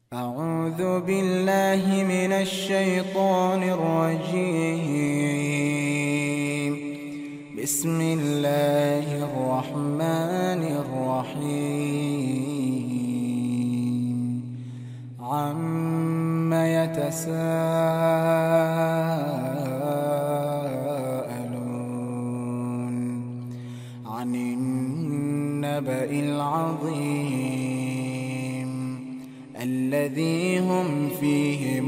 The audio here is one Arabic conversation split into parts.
أعوذ بالله من الشيطان الرجيم. بسم الله الرحمن الرحيم. عم يتساءلون عن النبأ العظيم الذي هم فيه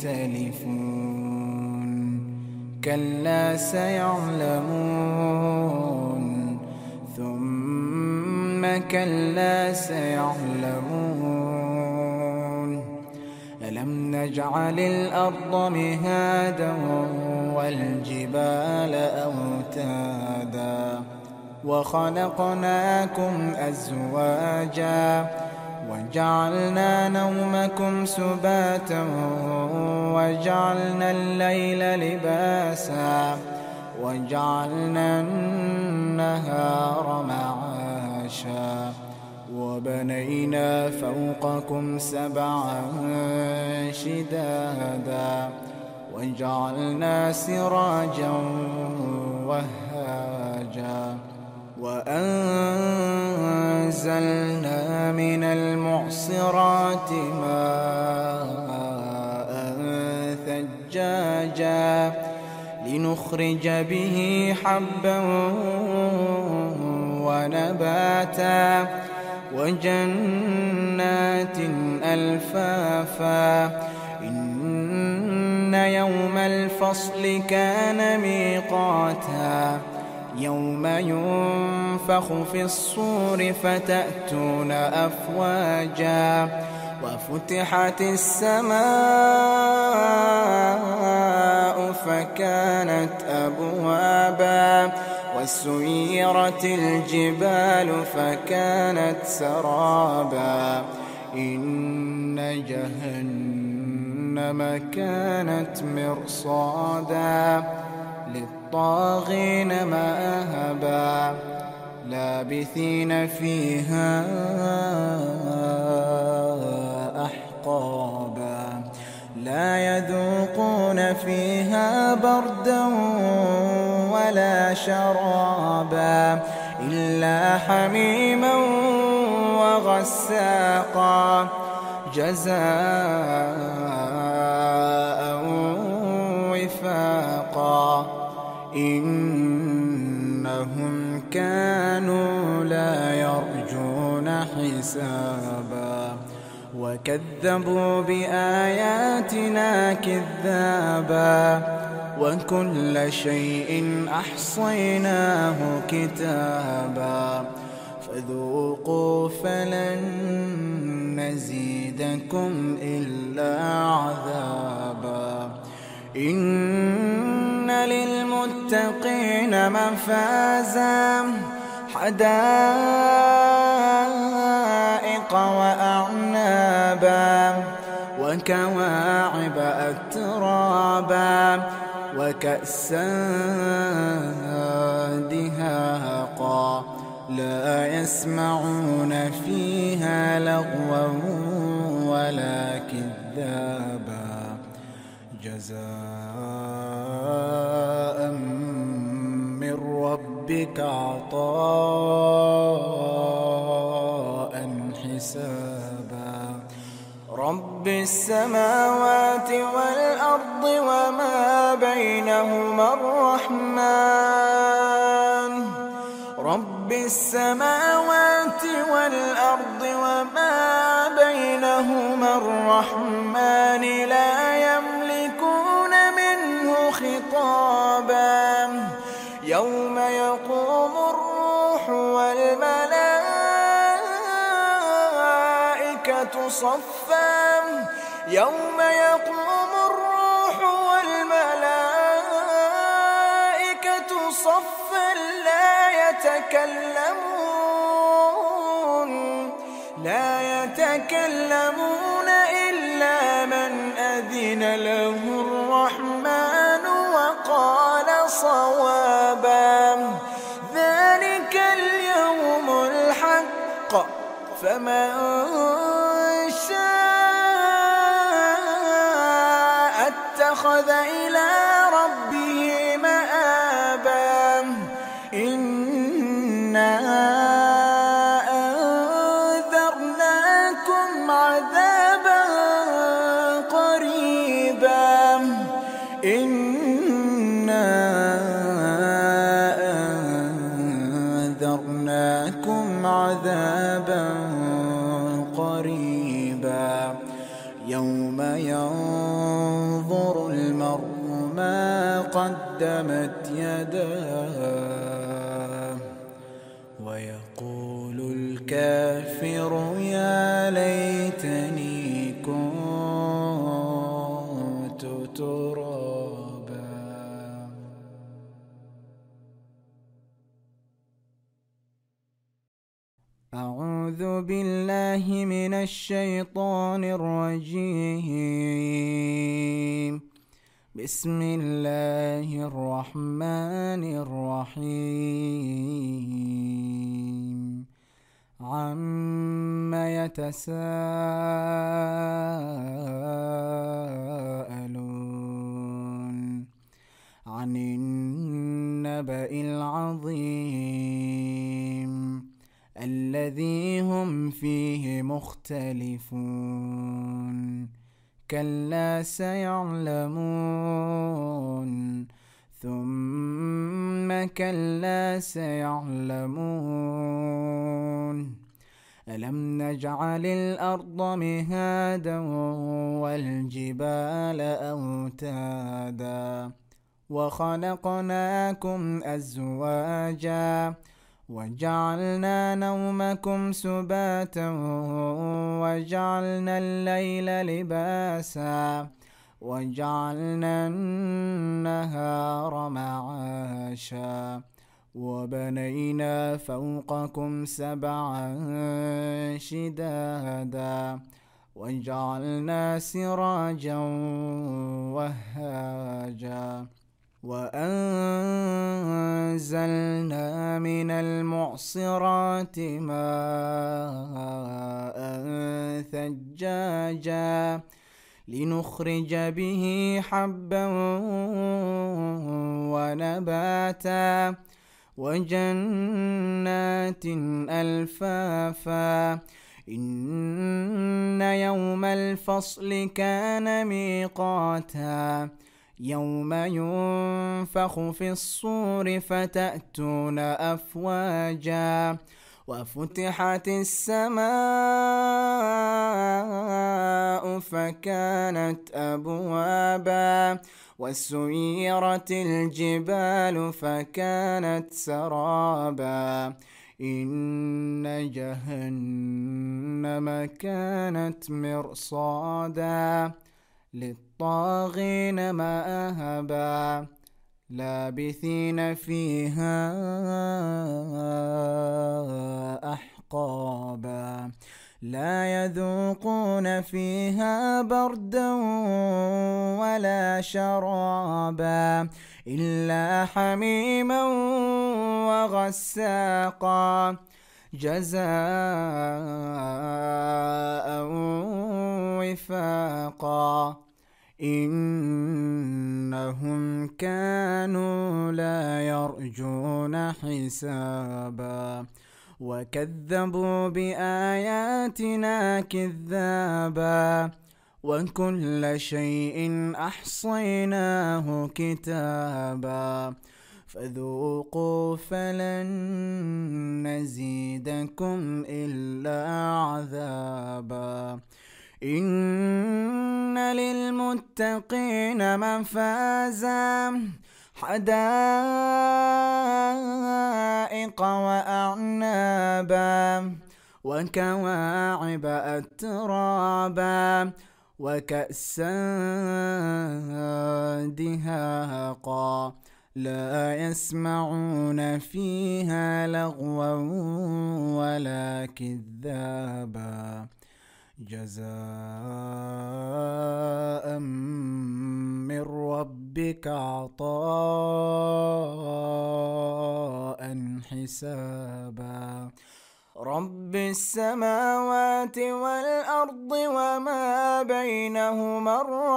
مختلفون. كلا سيعلمون ثم كلا سيعلمون. ألم نجعل الأرض مهادا والجبال أوتادا وخلقناكم أزواجا وجعلنا نومكم سباتا وجعلنا الليل لباسا وجعلنا النهار معاشا وبنينا فوقكم سبعا شدادا وجعلنا سراجا وهاجا وأنزلنا من المعصرات ماء ثجاجا لنخرج به حبا ونباتا وجنات ألفافا. إن يوم الفصل كان ميقاتا يوم ينفخ في الصور فتأتون أفواجا وفتحت السماء فكانت أبوابا وسيرت الجبال فكانت سرابا. إن جهنم كانت مرصادا للطاغين مآبا لابثين فيها أحقابا لا يذوقون فيها بردا ولا شرابا إلا حميما وغساقا جزاء وفاقا. إنهم كانوا لا يرجون حسابا وكذبوا بآياتنا كذابا وكل شيء أحصيناه كتابا فذوقوا فلن نزيدكم إلا عذابا. إن للمتقين مفازا حدائق وأعنابا وكواعب أترابا وكأسا دهاقا لا يسمعون فيها لغوا ولا كذابا جزاء من ربك عطاء حسابا. رب السماوات والأرض وما بينهما الرحمن. رب السماوات والأرض وما بينهما الرحمن لا يملكون منه خطابا. يوم يقوم الروح والملائكة صفا يوم يقوم الروح والملائكة صفا لا يتكلمون إلا من أذن له الرحمن وقال صوابا. ذلك اليوم الحق فمن شاء اتخذ إلى ربه مآبا إنا أنذرناكم عذابا قريبا إنا أنذرناكم عذابا قريبا يوم ينظر المرء ما قدمت يداه ويقول الكافر يا ليتني كنت ترابا. أعوذ بالله من الشيطان الرجيم. بسم الله الرحمن الرحيم. عما يتساءلون عن النبأ العظيم الذي هم فيه مختلفون كلا سيعلمون ثم كلا سيعلمون ألم نجعل الأرض مهادا والجبال أوتادا وخلقناكم أزواجا وجعلنا نومكم سباتا وجعلنا الليل لباسا وجعلنا النهار معاشا وبنينا فوقكم سبعا شدادا وجعلنا سراجا وهاجا وأنزلنا من المعصرات ماء ثجاجا لنخرج به حبا ونباتا وجنات ألفافا إن يوم الفصل كان ميقاتا يوم ينفخ في الصور فتأتون أفواجا وفتحت السماء فكانت أبوابا وسيرت الجبال فكانت سرابا إن جهنم كانت مرصادا للطاغين مآبا لابثين فيها أحقابا لا يذوقون فيها بردا ولا شرابا إلا حميما وغساقا جزاء وفاقا إنهم كانوا لا يرجون حسابا وكذبوا بآياتنا كذابا وكل شيء أحصيناه كتابا فذوقوا فلن نزيدكم إلا عذابا إن للمتقين مفازا حدائق وأعنابا وكواعب أترابا وكأسا دهاقا لا يسمعون فيها لغوا ولا كذابا جزاء من ربك عطاء حسابا رب السماوات والأرض وما بينهما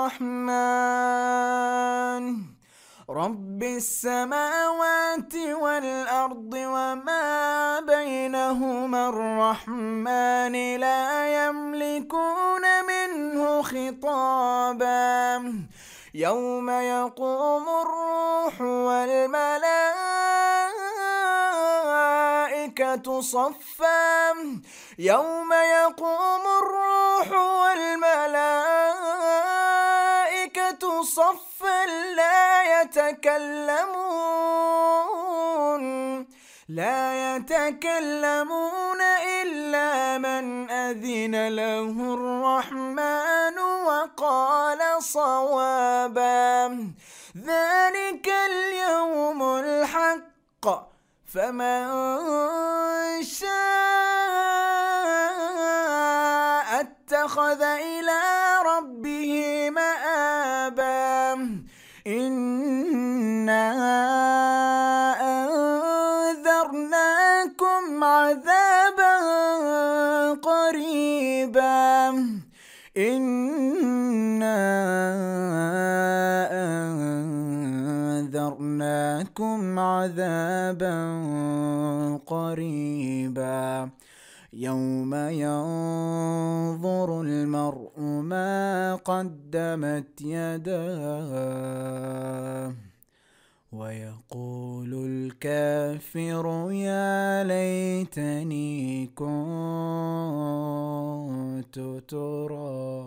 الرحمن رب السماوات والأرض وما بينهما الرحمن لا يملكون منه خطابا يوم يقوم الروح والملائكة صفا يوم يقوم الروح والملائكة صفا لا يتكلمون إلا من أذن له الرحمن وقال صوابا ذلك اليوم الحق فمن شاء اتخذ إلى ربه مآبا إنا أنذرناكم عذابا قريبا إنا أنذرناكم عذابا قريبا يوم ينظر المرء ما قدمت يداه ويقول الكافر يا ليتني كنت ترابا.